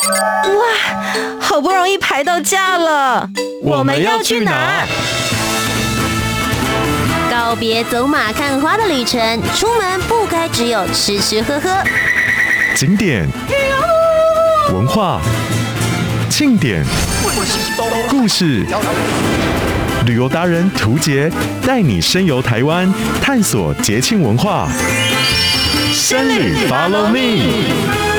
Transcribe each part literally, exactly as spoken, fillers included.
哇，好不容易排到假了， 我们要去哪？ 告别走马看花的旅程，出门不该只有吃吃喝喝。 景点、文化、庆典、故事，旅游达人涂杰带你深游台湾，探索节庆文化。深旅 Follow Me。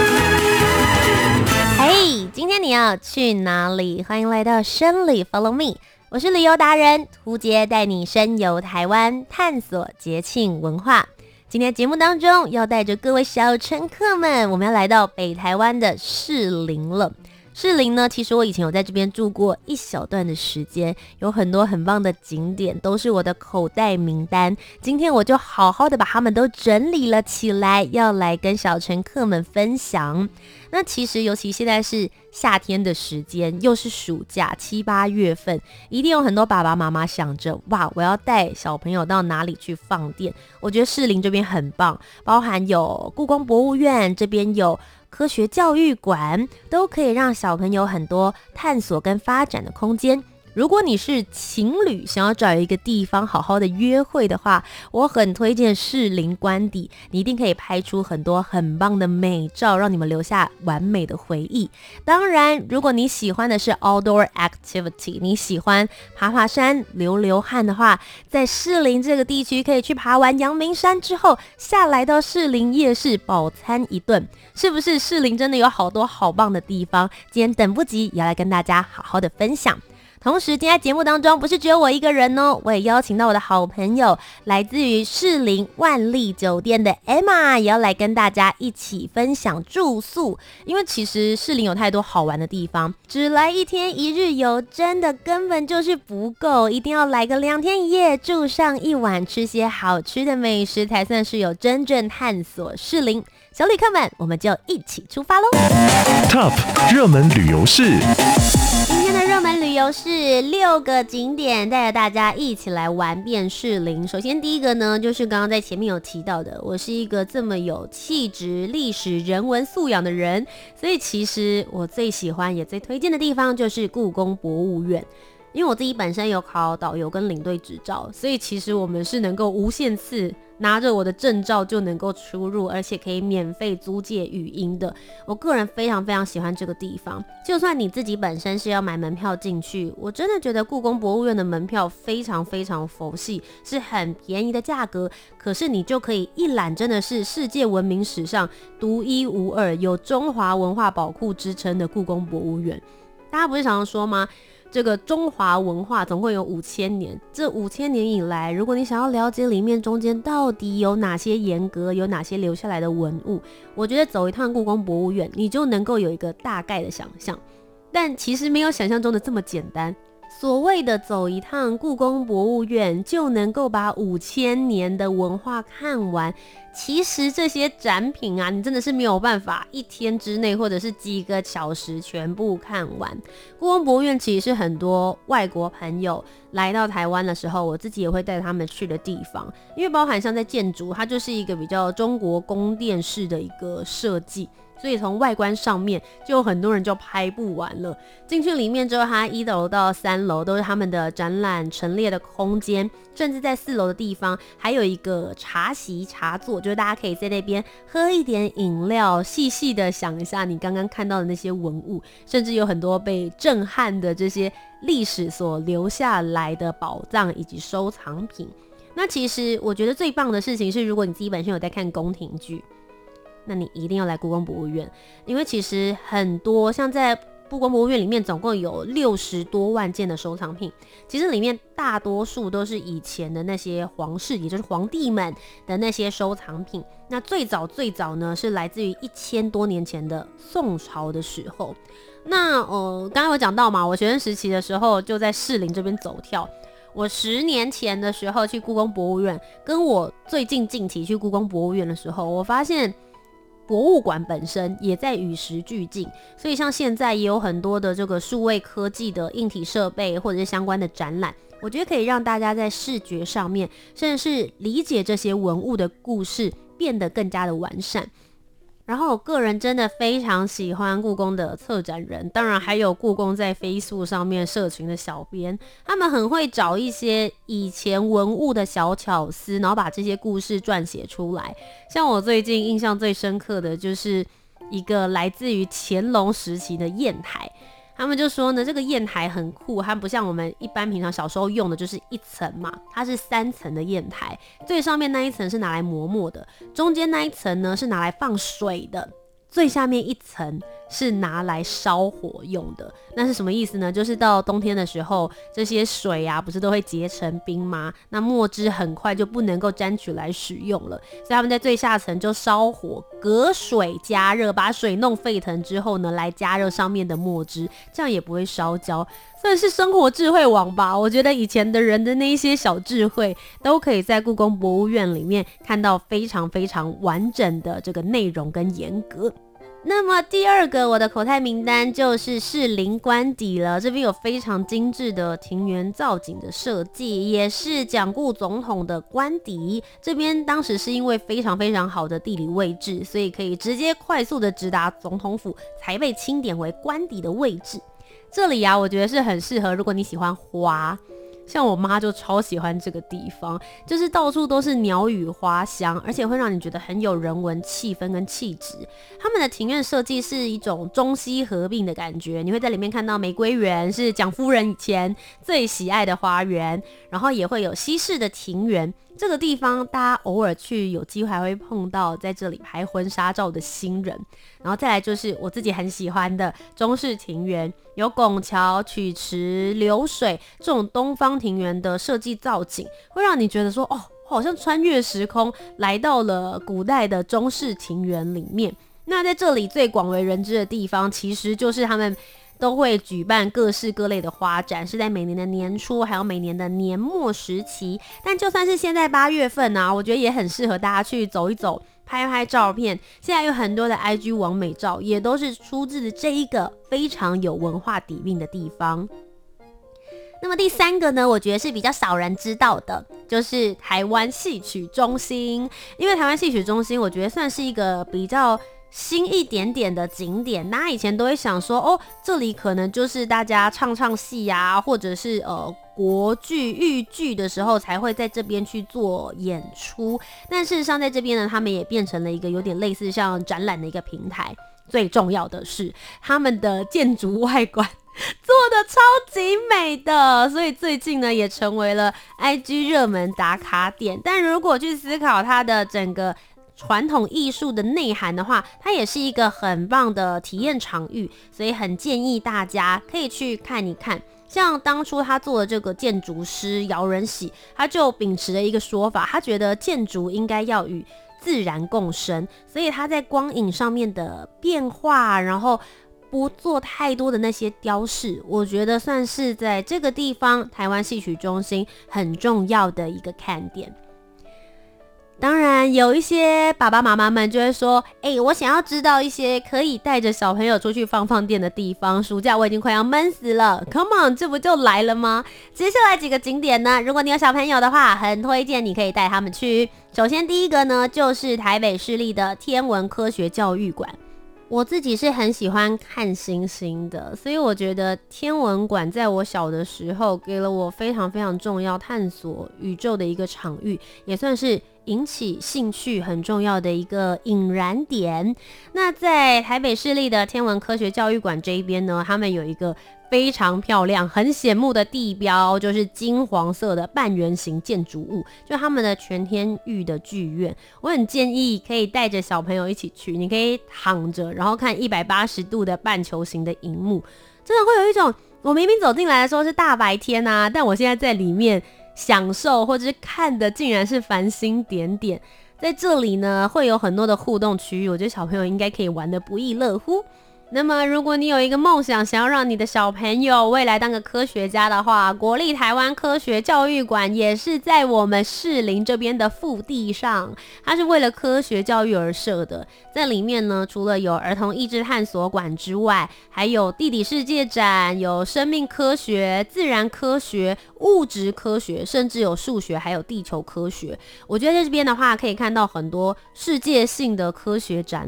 嘿，今天你要去哪里？欢迎来到深旅 Follow Me。我是旅游达人涂杰，带你深游台湾，探索节庆文化。今天节目当中要带着各位小乘客们，我们要来到北台湾的士林了。士林呢，其实我以前有在这边住过一小段的时间，有很多很棒的景点，都是我的口袋名单。今天我就好好的把它们都整理了起来，要来跟小乘客们分享。那其实尤其现在是夏天的时间，又是暑假七八月份，一定有很多爸爸妈妈想着，哇，我要带小朋友到哪里去放电。我觉得士林这边很棒，包含有故宫博物院，这边有科学教育馆，都可以让小朋友很多探索跟发展的空间。如果你是情侣，想要找一个地方好好的约会的话，我很推荐士林官邸，你一定可以拍出很多很棒的美照，让你们留下完美的回忆。当然，如果你喜欢的是 outdoor activity， 你喜欢爬爬山、流流汗的话，在士林这个地区可以去爬完阳明山之后，下来到士林夜市饱餐一顿。是不是士林真的有好多好棒的地方？今天等不及也要来跟大家好好的分享。同时，今天节目当中不是只有我一个人哦，我也邀请到我的好朋友，来自于士林万丽酒店的 Emma， 也要来跟大家一起分享住宿。因为其实士林有太多好玩的地方，只来一天一日游真的根本就是不够，一定要来个两天一夜，住上一晚，吃些好吃的美食，才算是有真正探索士林。小旅客们，我们就一起出发咯。 Top 热门旅游市， 今天的热门旅游是六个景点，带着大家一起来玩遍士林。首先第一个呢，就是刚刚在前面有提到的，我是一个这么有气质、历史、人文素养的人，所以其实我最喜欢也最推荐的地方就是故宫博物院。因为我自己本身有考导游跟领队执照，所以其实我们是能够无限次拿着我的证照就能够出入，而且可以免费租借语音的。我个人非常非常喜欢这个地方，就算你自己本身是要买门票进去，我真的觉得故宫博物院的门票非常非常佛系，是很便宜的价格，可是你就可以一览真的是世界文明史上独一无二、有中华文化宝库之称的故宫博物院。大家不是常常说吗？这个中华文化总会有五千年，这五千年以来，如果你想要了解里面中间到底有哪些严格，有哪些留下来的文物，我觉得走一趟故宫博物院，你就能够有一个大概的想象。但其实没有想象中的这么简单。所谓的走一趟故宫博物院就能够把五千年的文化看完，其实这些展品啊，你真的是没有办法一天之内或者是几个小时全部看完。故宫博物院其实是很多外国朋友来到台湾的时候，我自己也会带他们去的地方，因为包含像在建筑，它就是一个比较中国宫殿式的一个设计，所以从外观上面就有很多人就拍不完了。进去里面之后，它一楼到三楼都是他们的展览陈列的空间，甚至在四楼的地方还有一个茶席茶座，就是大家可以在那边喝一点饮料，细细的想一下你刚刚看到的那些文物，甚至有很多被震撼的这些历史所留下来的宝藏以及收藏品。那其实我觉得最棒的事情是，如果你自己本身有在看宫廷剧，那你一定要来故宫博物院，因为其实很多像在故宫博物院里面总共有六十多万件的收藏品，其实里面大多数都是以前的那些皇室，也就是皇帝们的那些收藏品。那最早最早呢，是来自于一千多年前的宋朝的时候。那呃，刚刚有讲到嘛，我学生时期的时候就在士林这边走跳。我十年前的时候去故宫博物院，跟我最近近期去故宫博物院的时候，我发现博物馆本身也在与时俱进，所以像现在也有很多的这个数位科技的硬体设备或者是相关的展览，我觉得可以让大家在视觉上面，甚至是理解这些文物的故事变得更加的完善。 然后我个人真的非常喜欢故宫的策展人，当然还有故宫在 Facebook 上面社群的小编，他们很会找一些以前文物的小巧思，然后把这些故事撰写出来。像我最近印象最深刻的就是一个来自于乾隆时期的砚台。他们就说呢，这个砚台很酷，它不像我们一般平常小时候用的就是一层嘛，它是三层的砚台，最上面那一层是拿来磨墨的，中间那一层呢是拿来放水的，最下面一层是拿来烧火用的。那是什么意思呢？就是到冬天的时候，这些水啊不是都会结成冰吗？那墨汁很快就不能够沾取来使用了，所以他们在最下层就烧火隔水加热，把水弄沸腾之后呢，来加热上面的墨汁，这样也不会烧焦。算是生活智慧网吧，我觉得以前的人的那一些小智慧都可以在故宫博物院里面看到非常非常完整的这个内容跟严格。那么第二个我的口袋名单就是士林官邸了，这边有非常精致的庭园造景的设计，也是蒋顾总统的官邸。这边当时是因为非常非常好的地理位置，所以可以直接快速的直达总统府，才被钦点为官邸的位置。这里啊，我觉得是很适合如果你喜欢花，像我妈就超喜欢这个地方，就是到处都是鸟语花香，而且会让你觉得很有人文气氛跟气质。他们的庭院设计是一种中西合并的感觉，你会在里面看到玫瑰园，是蒋夫人以前最喜爱的花园，然后也会有西式的庭园。这个地方大家偶尔去有机会还会碰到在这里拍婚纱照的新人。然后再来就是我自己很喜欢的中式庭园，有拱桥、曲池、流水，这种东方庭园的设计造景会让你觉得说，哦，好像穿越时空来到了古代的中式庭园里面。那在这里最广为人知的地方其实就是他们都会举办各式各类的花展，是在每年的年初还有每年的年末时期。但就算是现在八月份啊，我觉得也很适合大家去走一走，拍拍照片。现在有很多的 I G 网美照也都是出自这一个非常有文化底蕴的地方。那么第三个呢，我觉得是比较少人知道的，就是台湾戏曲中心。因为台湾戏曲中心我觉得算是一个比较新一点点的景点，大家以前都会想说，哦，这里可能就是大家唱唱戏啊，或者是呃国剧、豫剧的时候才会在这边去做演出。但事实上在这边呢，他们也变成了一个有点类似像展览的一个平台。最重要的是他们的建筑外观做的超级美的，所以最近呢也成为了 I G 热门打卡点。但如果去思考它的整个传统艺术的内涵的话，它也是一个很棒的体验场域，所以很建议大家可以去看一看。像当初他做的这个建筑师姚仁喜，他就秉持了一个说法，他觉得建筑应该要与自然共生，所以他在光影上面的变化，然后不做太多的那些雕饰，我觉得算是在这个地方台湾戏曲中心很重要的一个看点。当然有一些爸爸妈妈们就会说，哎、欸，我想要知道一些可以带着小朋友出去放放电的地方，暑假我已经快要闷死了， Come on， 这不就来了吗？接下来几个景点呢，如果你有小朋友的话，很推荐你可以带他们去。首先第一个呢，就是台北市立的天文科学教育馆。我自己是很喜欢看星星的，所以我觉得天文馆在我小的时候给了我非常非常重要探索宇宙的一个场域，也算是引起兴趣很重要的一个引燃点。那在台北市立的天文科学教育馆这一边呢，他们有一个非常漂亮很显目的地标，就是金黄色的半圆形建筑物，就他们的全天域的剧院。我很建议可以带着小朋友一起去，你可以躺着然后看一百八十度的半球形的萤幕，真的会有一种我明明走进来的时候是大白天啊，但我现在在里面享受或者是看的竟然是繁星点点。在这里呢会有很多的互动区域，我觉得小朋友应该可以玩得不亦乐乎。那么如果你有一个梦想，想要让你的小朋友未来当个科学家的话，国立台湾科学教育馆也是在我们士林这边的腹地上，它是为了科学教育而设的。在里面呢，除了有儿童益智探索馆之外，还有地理世界展，有生命科学、自然科学、物质科学，甚至有数学还有地球科学。我觉得在这边的话可以看到很多世界性的科学展览，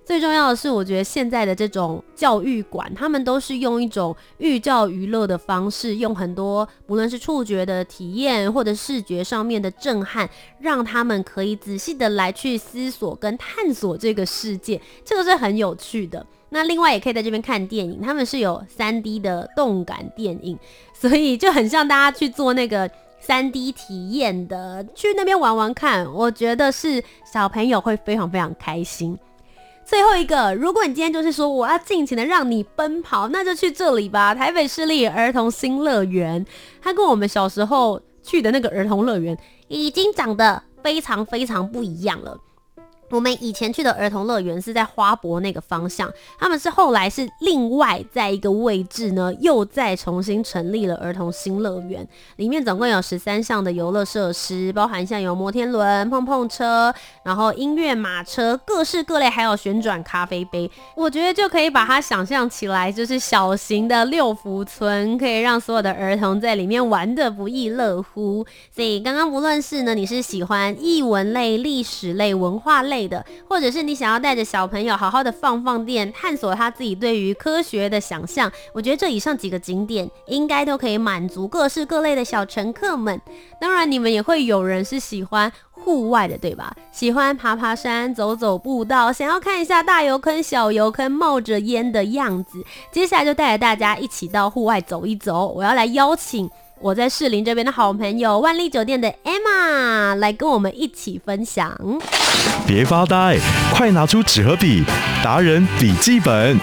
最重要的是，我觉得现在的这种教育馆，他们都是用一种寓教于乐的方式，用很多无论是触觉的体验或者视觉上面的震撼，让他们可以仔细的来去思索跟探索这个世界，这个是很有趣的。那另外也可以在这边看电影，他们是有 三 D 的动感电影，所以就很像大家去做那个三 D 体验的，去那边玩玩看，我觉得是小朋友会非常非常开心。最后一个，如果你今天就是说我要尽情的让你奔跑，那就去这里吧，台北市立儿童新乐园。它跟我们小时候去的那个儿童乐园已经长得非常非常不一样了。我们以前去的儿童乐园是在花博那个方向，他们是后来是另外在一个位置呢，又再重新成立了儿童新乐园，里面总共有十三项的游乐设施，包含像有摩天轮、碰碰车，然后音乐马车，各式各类，还有旋转咖啡杯。我觉得就可以把它想象起来，就是小型的六福村，可以让所有的儿童在里面玩得不亦乐乎。所以刚刚不论是呢，你是喜欢艺文类、历史类、文化类的，或者是你想要带着小朋友好好的放放电，探索他自己对于科学的想象，我觉得这以上几个景点应该都可以满足各式各类的小乘客们。当然你们也会有人是喜欢户外的，对吧？喜欢爬爬山、走走步道，想要看一下大油坑小油坑冒着烟的样子，接下来就带着大家一起到户外走一走。我要来邀请我在士林这边的好朋友万丽酒店的 Emma 来跟我们一起分享。 别发呆，快拿出纸和笔，达人笔记本。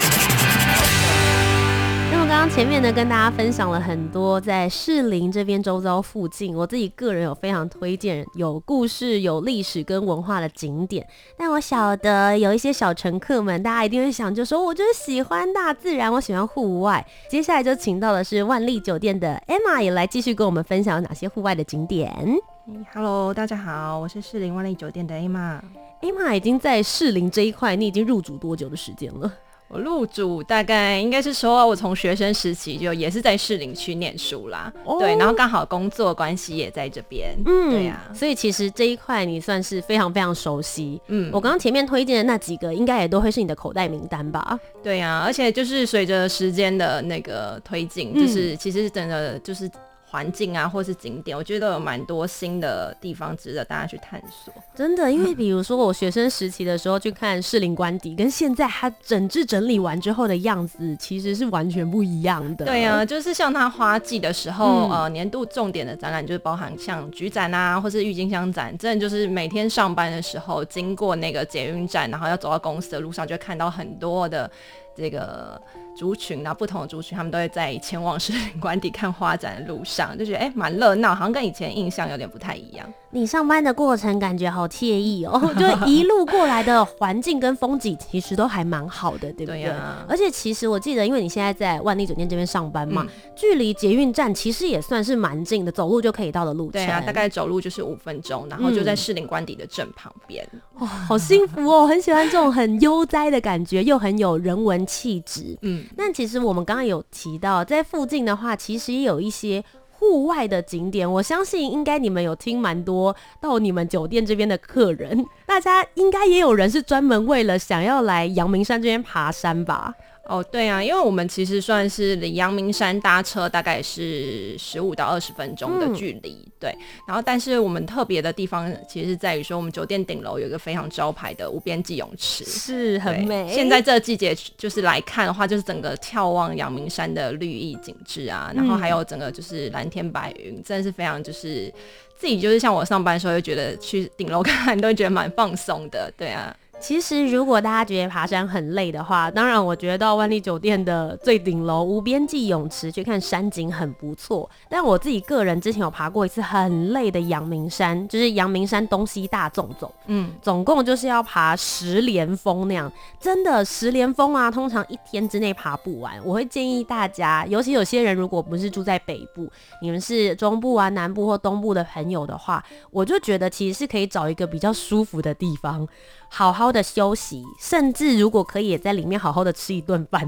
那么刚刚前面呢，跟大家分享了很多在士林这边周遭附近，我自己个人有非常推荐有故事、有历史跟文化的景点。但我晓得有一些小乘客们，大家一定会想，就说我就是喜欢大自然，我喜欢户外。接下来就请到的是万丽酒店的 Emma 也来继续跟我们分享哪些户外的景点。 Hello， 大家好，我是士林万丽酒店的 Emma。Emma 已经在士林这一块，你已经入主多久的时间了？ 我入主大概应该是说，我从学生时期就也是在士林区念书啦，哦、对，然后刚好工作关系也在这边，嗯，对呀、啊， 所以其实这一块你算是非常非常熟悉。嗯，我刚刚前面推荐的那几个，应该也都会是你的口袋名单吧？ 对呀、啊，而且就是随着时间的那个推进，嗯、就是其实真的就是环境啊，或是景点，我觉得有蛮多新的地方值得大家去探索。 真的，因为比如说我学生时期的时候去看士林官邸，跟现在它整治整理完之后的样子，其实是完全不一样的。 对啊，就是像它花季的时候，嗯、呃，年度重点的展览就是包含像菊展啊，或是郁金香展，真的就是每天上班的时候经过那个捷运站，然后要走到公司的路上，就会看到很多的这个族群，然后不同的族群，他们都会在前往士林官邸看花展的路上，就觉得哎，蛮热闹，好像跟以前印象有点不太一样。 你上班的过程感觉好惬意哦，就一路过来的环境跟风景其实都还蛮好的，对不对？对啊。而且其实我记得，因为你现在在万丽酒店这边上班嘛，嗯、距离捷运站其实也算是蛮近的，走路就可以到的路程。 对啊，大概走路就是五分钟，然后就在士林官邸的正旁边。 哇、嗯哦，好幸福哦，很喜欢这种很悠哉的感觉，又很有人文气质。嗯，那其实我们刚刚有提到，在附近的话，其实也有一些户外的景点，我相信应该你们有听蛮多到你们酒店这边的客人，大家应该也有人是专门为了想要来阳明山这边爬山吧？ 哦，对啊，因为我们其实算是离阳明山搭车大概是十五到二十分钟的距离，嗯、对。然后，但是我们特别的地方其实是在于说，我们酒店顶楼有一个非常招牌的无边际泳池， 是很美。 现在这个季节就是来看的话，就是整个眺望阳明山的绿意景致啊，然后还有整个就是蓝天白云，真的是非常就是自己就是像我上班的时候就觉得去顶楼看都会觉得蛮放松的，对啊。 其实如果大家觉得爬山很累的话，当然我觉得到万丽酒店的最顶楼无边际泳池去看山景很不错，但我自己个人之前有爬过一次很累的阳明山，就是阳明山东西大纵走，嗯，总共就是要爬十连峰那样，真的十连峰啊，通常一天之内爬不完。我会建议大家，尤其有些人如果不是住在北部，你们是中部啊、南部或东部的朋友的话，我就觉得其实是可以找一个比较舒服的地方好好的休息，甚至如果可以也在里面好好的吃一顿饭。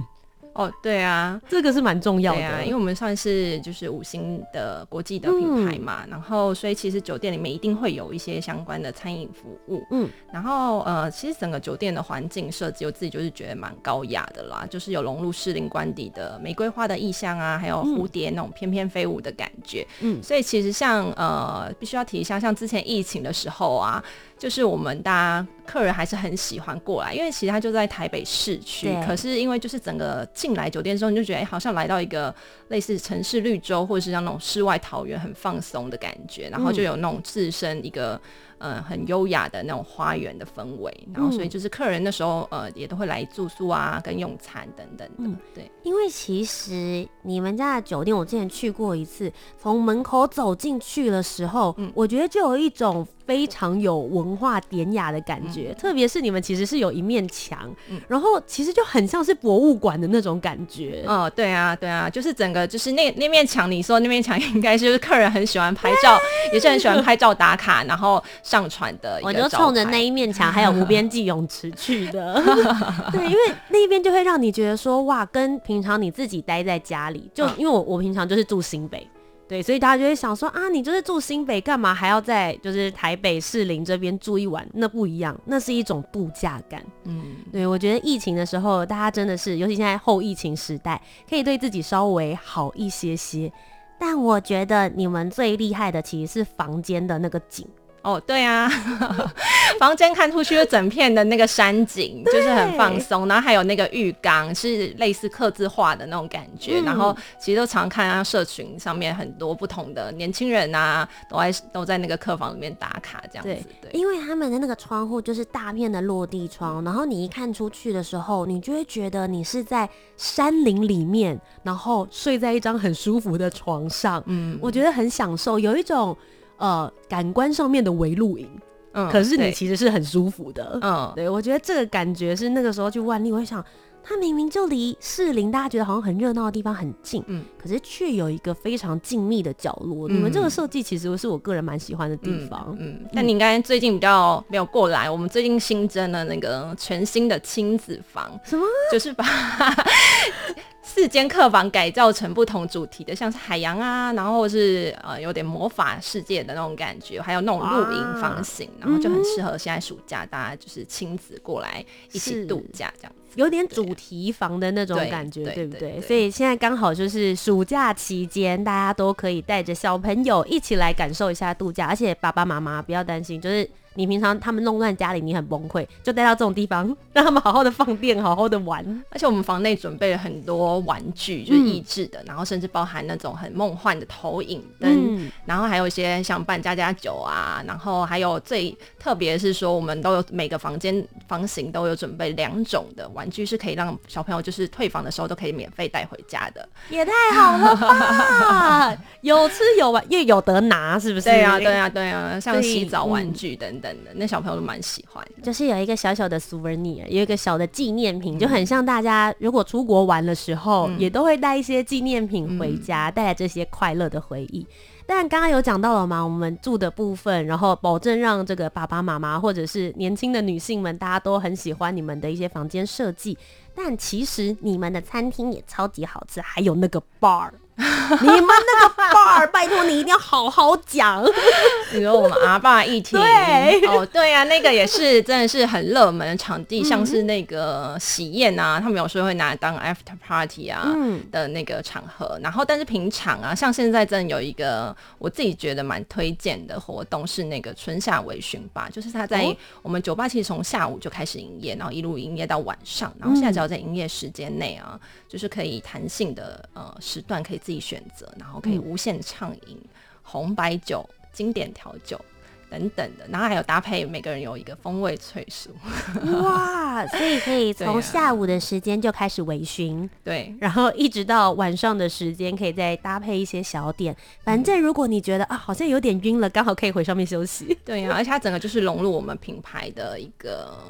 哦，对啊， 这个是蛮重要的。 对啊，因为我们算是就是五星的国际的品牌嘛，嗯、然后所以其实酒店里面一定会有一些相关的餐饮服务。嗯，然后呃，其实整个酒店的环境设计，我自己就是觉得蛮高雅的啦，就是有融入士林官邸的玫瑰花的意象啊，还有蝴蝶那种翩翩飞舞的感觉。嗯，所以其实像呃，必须要提一下，像之前疫情的时候啊。就是我们大家客人还是很喜欢过来，因为其实他就在台北市区，可是因为就是整个进来酒店之后，你就觉得、欸、好像来到一个类似城市绿洲，或者是像那种世外桃源，很放松的感觉，然后就有那种自身一个、嗯、呃很优雅的那种花园的氛围，然后所以就是客人那时候呃也都会来住宿啊，跟用餐等等的、嗯。对， 因为其实你们家的酒店我之前去过一次，从门口走进去的时候、嗯、我觉得就有一种非常有文化典雅的感觉、嗯、特别是你们其实是有一面墙、嗯、然后其实就很像是博物馆的那种感觉。 哦，对啊对啊，就是整个就是那那面墙，你说那面墙应该就是客人很喜欢拍照，也是很喜欢拍照打卡然后上传的一个照片。 我就冲着那一面墙还有无边际泳池去的对，因为那一边就会让你觉得说哇，跟平常你自己待在家里就、嗯、因为 我, 我平常就是住新北，对，所以大家就会想说啊，你就是住新北，干嘛还要在就是台北士林这边住一晚？那不一样，那是一种度假感。嗯，对，我觉得疫情的时候，大家真的是，尤其现在后疫情时代，可以对自己稍微好一些些。但我觉得你们最厉害的其实是房间的那个景。 哦，对啊房间看出去就整片的那个山景，就是很放松，然后还有那个浴缸是类似客制化的那种感觉、嗯、然后其实都常看到社群上面很多不同的年轻人啊都在都在那个客房里面打卡这样子。 对, 对，因为他们的那个窗户就是大片的落地窗，然后你一看出去的时候，你就会觉得你是在山林里面，然后睡在一张很舒服的床上。嗯，我觉得很享受，有一种呃，感官上面的微露营、嗯，可是你其实是很舒服的。嗯，对，我觉得这个感觉是那个时候去万丽，我会想，它明明就离士林大家觉得好像很热闹的地方很近，嗯，可是却有一个非常静谧的角落。嗯、你们这个设计其实是我个人蛮喜欢的地方。 嗯，嗯但你应该最近比较没有过来，我们最近新增了那个全新的亲子房。 什么？ 就是把四间客房改造成不同主题的，像是海洋啊，然后或是呃有点魔法世界的那种感觉，还有那种露营房型、啊、然后就很适合现在暑假大家就是亲子过来一起度假这样子， 有点主题房的那种感觉， 对, 对不 对, 对, 对？所以现在刚好就是暑假期间，大家都可以带着小朋友一起来感受一下度假，而且爸爸妈妈不要担心，就是你平常他们弄乱家里你很崩溃，就带到这种地方让他们好好的放电好好的玩。 而且我们房内准备了很多玩具，就是益智的、嗯、然后甚至包含那种很梦幻的投影灯、嗯、然后还有一些像扮家家酒啊，然后还有最特别是说我们都有每个房间房型都有准备两种的玩具，是可以让小朋友就是退房的时候都可以免费带回家的。 也太好了吧有吃有玩又有得拿，是不是？ 对啊对啊对啊，像洗澡玩具等等、嗯等的，那小朋友都蛮喜欢的， 就是有一个小小的 souvenir， 有一个小的纪念品、嗯、就很像大家如果出国玩的时候、嗯、也都会带一些纪念品回家、嗯、带来这些快乐的回忆。但刚刚有讲到了嘛，我们住的部分，然后保证让这个爸爸妈妈或者是年轻的女性们大家都很喜欢你们的一些房间设计，但其实你们的餐厅也超级好吃，还有那个 bar你们那个 bar 拜托你一定要好好讲你说我们阿爸议题对哦，对啊，那个也是真的是很热门的场地、嗯、像是那个喜宴啊，他们有时候会拿来当 after party 啊、嗯、的那个场合，然后但是平常啊，像现在真的有一个我自己觉得蛮推荐的活动是那个春夏微醺吧，就是他在我们酒吧其实从下午就开始营业，然后一路营业到晚上，然后现在只要在营业时间内啊、嗯、就是可以弹性的呃时段可以自己选择，然后可以无限畅饮、嗯、红白酒、经典调酒等等的，然后还有搭配每个人有一个风味脆酥哇，所以可以从下午的时间就开始微醺， 对， 然后一直到晚上的时间可以再搭配一些小点，反正如果你觉得、嗯、啊好像有点晕了，刚好可以回上面休息。 对啊，而且它整个就是融入我们品牌的一个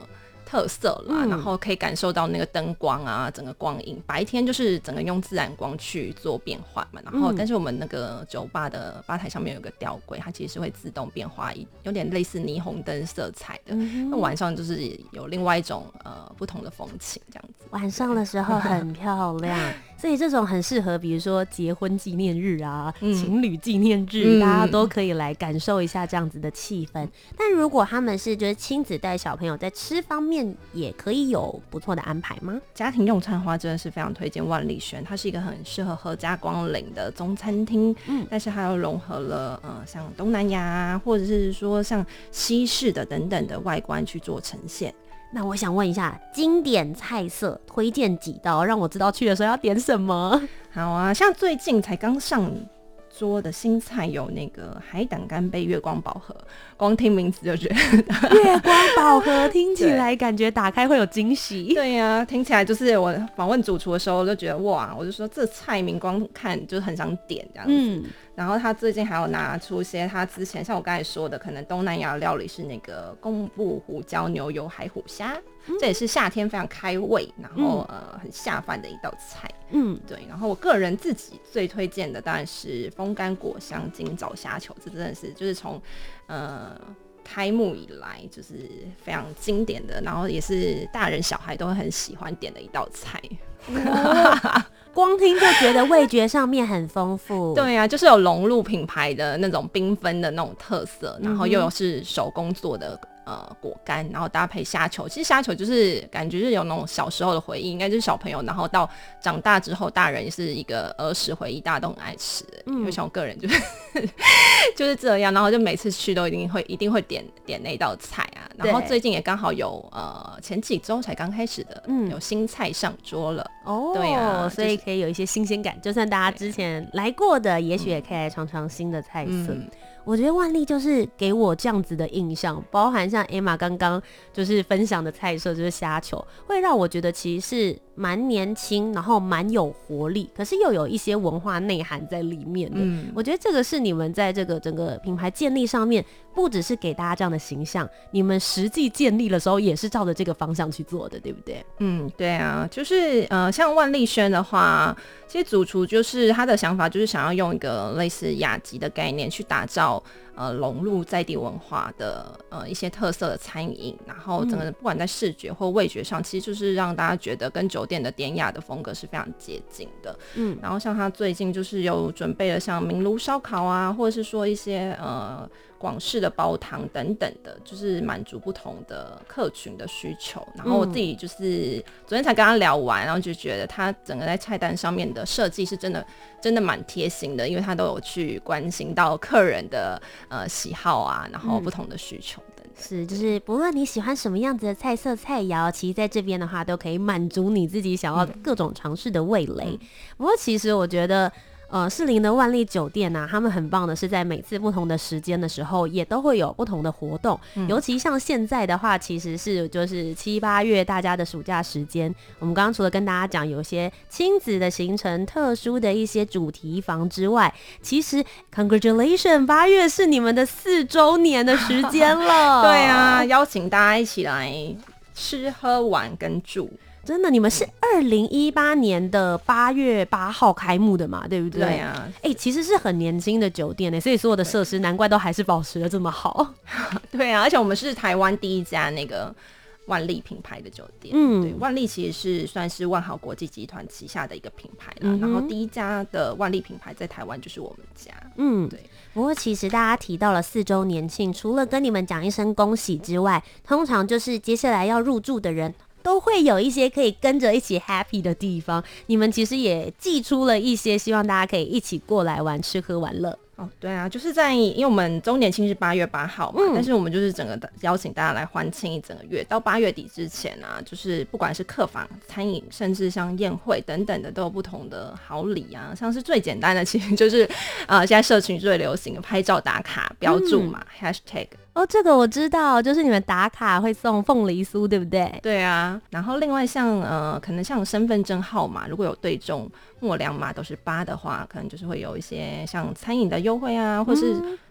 特色啦、嗯、然后可以感受到那个灯光啊，整个光影，白天就是整个用自然光去做变换嘛，然后但是我们那个酒吧的吧台上面有个吊柜，它其实是会自动变化，有点类似霓虹灯色彩的、嗯、那晚上就是有另外一种呃不同的风情这样子， 晚上的时候很漂亮所以这种很适合比如说结婚纪念日啊、嗯、情侣纪念日、嗯、大家都可以来感受一下这样子的气氛、嗯、但如果他们是就是亲子带小朋友，在吃方面也可以有不错的安排吗？ 家庭用餐的话真的是非常推荐万丽轩，它是一个很适合合家光临的中餐厅、嗯、但是它又融合了呃像东南亚或者是说像西式的等等的外观去做呈现。 那我想问一下，经典菜色推荐几道，让我知道去的时候要点什么？ 好啊，像最近才刚上桌的新菜有那个海胆干贝月光宝盒，光听名字就觉得月光宝盒听起来感觉打开会有惊喜。 对呀、啊，听起来就是我访问主厨的时候就觉得哇，我就说这菜名光看就是很想点这样子、嗯、然后他最近还有拿出一些他之前像我刚才说的可能东南亚料理是那个贡布胡椒牛油海虎虾、嗯、这也是夏天非常开胃然后、嗯、呃很下饭的一道菜。嗯，对，然后我个人自己最推荐的当然是风干果香金枣虾球，这真的是就是从呃开幕以来就是非常经典的，然后也是大人小孩都会很喜欢点的一道菜。 哦、光听就觉得味觉上面很丰富。 对啊，就是有融入品牌的那种缤纷的那种特色，然后又有是手工做的呃果干，然后搭配虾球。其实虾球就是感觉是有那种小时候的回忆，应该就是小朋友，然后到长大之后，大人也是一个儿时回忆，大家都很爱吃的。嗯，因为像我个人就是就是这样，然后就每次去都一定会一定会点点那道菜啊。然后最近也刚好有呃前几周才刚开始的，嗯，有新菜上桌了。 哦， 对啊， 所以可以有一些新鲜感，就算大家之前来过的，也许也可以来尝尝新的菜色。嗯，我觉得万丽就是给我这样子的印象，包含像 Emma 刚刚就是分享的菜色，就是虾球，会让我觉得其实是蛮年轻，然后蛮有活力，可是又有一些文化内涵在里面的。嗯，我觉得这个是你们在这个整个品牌建立上面，不只是给大家这样的形象，你们实际建立的时候也是照着这个方向去做的，对不对？ 嗯，对啊，就是呃，像万丽轩的话，其实主厨就是他的想法就是想要用一个类似雅集的概念去打造呃融入在地文化的呃一些特色的餐饮，然后整个不管在视觉或味觉上，其实就是让大家觉得跟酒店的典雅的风格是非常接近的。嗯，然后像他最近就是有准备了像明炉烧烤啊，或者是说一些呃广式的煲汤等等的，就是满足不同的客群的需求。然后我自己就是昨天才跟他聊完，然后就觉得他整个在菜单上面的设计是真的真的蛮贴心的，因为他都有去关心到客人的呃喜好啊，然后不同的需求等等、嗯、 是就是不论你喜欢什么样子的菜色菜肴，其实在这边的话都可以满足你自己想要各种尝试的味蕾、嗯、不过其实我觉得呃，士林的万丽酒店啊，他们很棒的是在每次不同的时间的时候也都会有不同的活动、嗯、尤其像现在的话其实是就是七八月大家的暑假时间，我们刚刚除了跟大家讲有些亲子的行程特殊的一些主题房之外，其实 congratulations 八月是你们的四周年的时间了对啊，邀请大家一起来吃喝玩跟住。 真的，你们是二零一八年的八月八号开幕的嘛，对不对？ 对啊， 哎、欸，其实是很年轻的酒店呢，所以所有的设施难怪都还是保持得这么好。 对啊，而且我们是台湾第一家那个万丽品牌的酒店。嗯，对，万丽其实是算是万豪国际集团旗下的一个品牌啦、嗯、然后第一家的万丽品牌在台湾就是我们家。嗯，对。 不过其实大家提到了四周年庆，除了跟你们讲一声恭喜之外，通常就是接下来要入住的人都会有一些可以跟着一起 happy 的地方，你们其实也寄出了一些希望大家可以一起过来玩吃喝玩乐。 哦，对啊，就是在因为我们周年庆是八月八号嘛、嗯，但是我们就是整个邀请大家来欢庆一整个月，到八月底之前啊，就是不管是客房、餐饮，甚至像宴会等等的，都有不同的好礼啊。像是最简单的，其实就是呃，现在社群最流行的拍照打卡标注嘛、嗯、，hashtag。 哦，这个我知道，就是你们打卡会送凤梨酥，对不对？ 对啊，然后另外像呃，可能像身份证号码，如果有对中末两码都是八的话，可能就是会有一些像餐饮的优惠啊，或是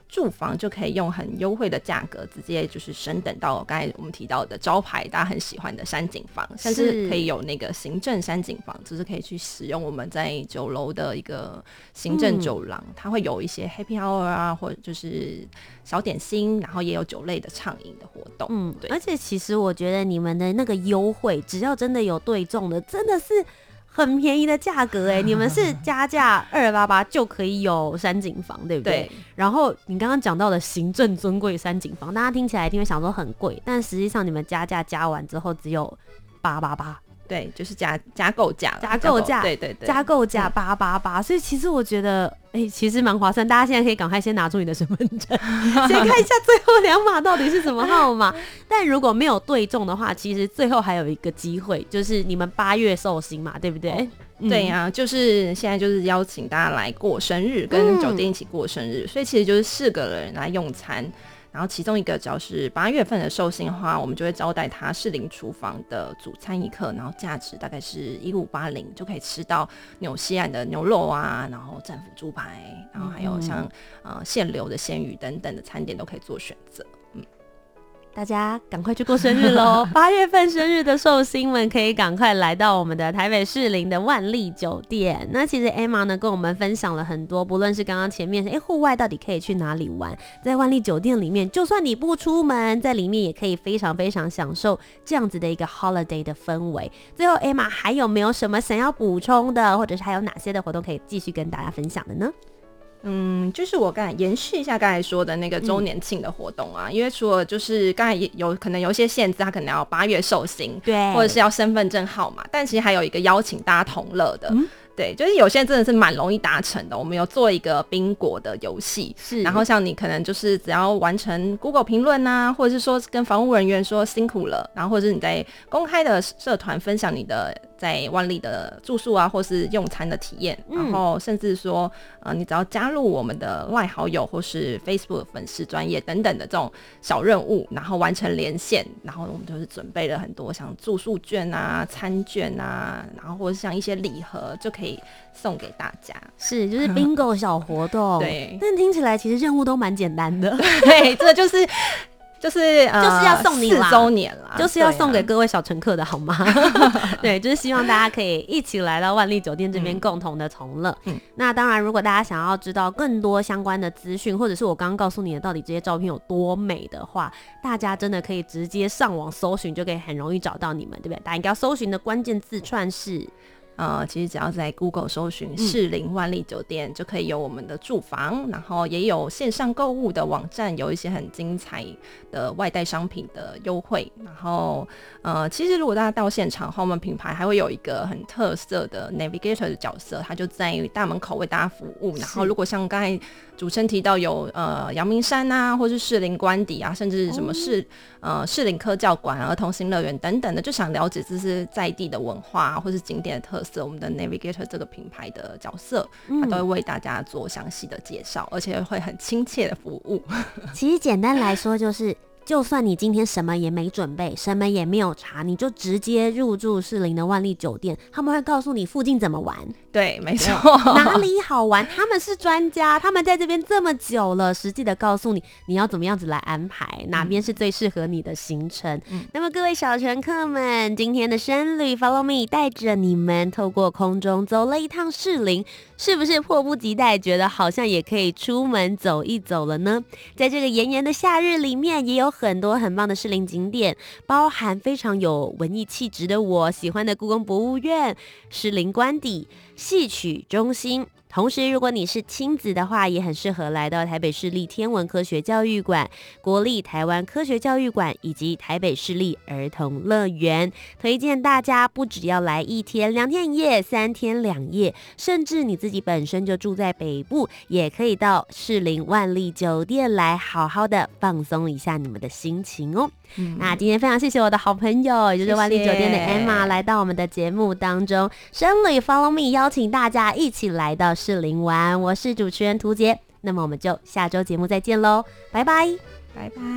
住房就可以用很优惠的价格，直接就是升等到刚才我们提到的招牌大家很喜欢的山景房，甚至可以有那个行政山景房，就是可以去使用我们在九楼的一个行政走廊、嗯、它会有一些 happy hour 啊，或者就是小点心，然后也有酒类的畅饮的活动。 嗯，对。而且其实我觉得你们的那个优惠，只要真的有对中的，真的是很便宜的价格哎、欸！你们是加价二八八就可以有山景房，对不对？对。然后你刚刚讲到的行政尊贵山景房，大家听起来一定会想说很贵，但实际上你们加价加完之后只有八八八。 对，就是加加购价， 加购价， 对对对， 加购价八八八。所以其实我觉得，哎、欸，其实蛮划算。大家现在可以赶快先拿出你的身份证，先看一下最后两码到底是什么号码。但如果没有对中的话，其实最后还有一个机会，就是你们八月寿星嘛，对不对？哦嗯、对呀、啊，就是现在就是邀请大家来过生日，跟酒店一起过生日，嗯、所以其实就是四个人来用餐。然后其中一个只要是八月份的寿星的话，我们就会招待他士林厨房的主餐一客，然后价值大概是一五八零，就可以吃到纽西兰的牛肉啊，然后战斧猪排，然后还有像、嗯、呃现流的鲜鱼等等的餐点都可以做选择。嗯， 大家赶快去过生日咯八月份生日的寿星们可以赶快来到我们的台北士林的万丽酒店。那其实 Emma 呢跟我们分享了很多，不论是刚刚前面哎户外到底可以去哪里玩，在万丽酒店里面就算你不出门，在里面也可以非常非常享受这样子的一个 holiday 的氛围。最后 Emma 还有没有什么想要补充的，或者是还有哪些的活动可以继续跟大家分享的呢？ 嗯，就是我刚才延续一下刚才说的那个周年庆的活动啊、嗯，因为除了就是刚才有可能有一些限制，它可能要八月寿星，对，或者是要身份证号码，但其实还有一个邀请大家同乐的。嗯，对，就是有些真的是蛮容易达成的。我们有做一个宾果的游戏，是，然后像你可能就是只要完成 Google 评论啊，或者是说跟房务人员说辛苦了，然后或者是你在公开的社团分享你的在万丽的住宿啊，或是用餐的体验、嗯，然后甚至说呃，你只要加入我们的 LINE 好友或是 Facebook 粉丝专页等等的这种小任务，然后完成连线，然后我们就是准备了很多像住宿券啊、餐券啊，然后或者像一些礼盒就可以送给大家， 是就是 bingo 小活动。对，但听起来其实任务都蛮简单的。 对，这就是。就是、呃、 就是要送你啦， 四周年啦， 就是要送给各位小乘客的好吗？对，就是希望大家可以一起来到万丽酒店这边共同的同乐、嗯。那当然，如果大家想要知道更多相关的资讯，或者是我刚刚告诉你的到底这些照片有多美的话，大家真的可以直接上网搜寻，就可以很容易找到你们，对不对？大家应该要搜寻的关键字串是。 呃，其实只要在 Google 搜寻士林万丽酒店、嗯、就可以有我们的住房，然后也有线上购物的网站，有一些很精彩的外带商品的优惠。然后呃，其实如果大家到现场的话，我们品牌还会有一个很特色的 Navigator 的角色，他就在大门口为大家服务。然后如果像刚才主持人提到有呃阳明山啊，或是士林官邸啊，甚至什么士、哦、呃士林科教馆、儿童新乐园等等的，就想了解这是在地的文化或是景点的特色。我们的 Navigator 这个品牌的角色，他都会为大家做详细的介绍、嗯，而且会很亲切的服务。 其实简单来说就是。就算你今天什么也没准备，什么也没有查，你就直接入住士林的万丽酒店，他们会告诉你附近怎么玩。 对，没错， 哪里好玩，他们是专家，他们在这边这么久了，实际的告诉你你要怎么样子来安排，哪边是最适合你的行程、嗯、那么各位小乘客们，今天的深旅 Follow Me 带着你们透过空中走了一趟士林，是不是迫不及待觉得好像也可以出门走一走了呢？在这个炎炎的夏日里面，也有很多很棒的士林景点，包含非常有文艺气质的我喜欢的故宫博物院、士林官邸、戏曲中心。同时如果你是亲子的话，也很适合来到台北市立天文科学教育馆、国立台湾科学教育馆以及台北市立儿童乐园。推荐大家不只要来一天两天一夜、三天两夜，甚至你自己本身就住在北部，也可以到士林万丽酒店来好好的放松一下你们的心情哦。嗯、那今天非常谢谢我的好朋友，也就是万丽酒店的 Emma 来到我们的节目当中，深旅 Follow Me 邀请大家一起来到士林玩，我是主持人涂杰，那么我们就下周节目再见咯，拜拜拜拜。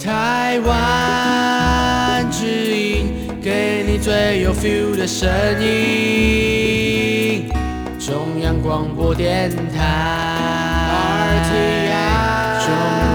台湾之音，给你最有 feel 的声音。中央广播电台 R T I。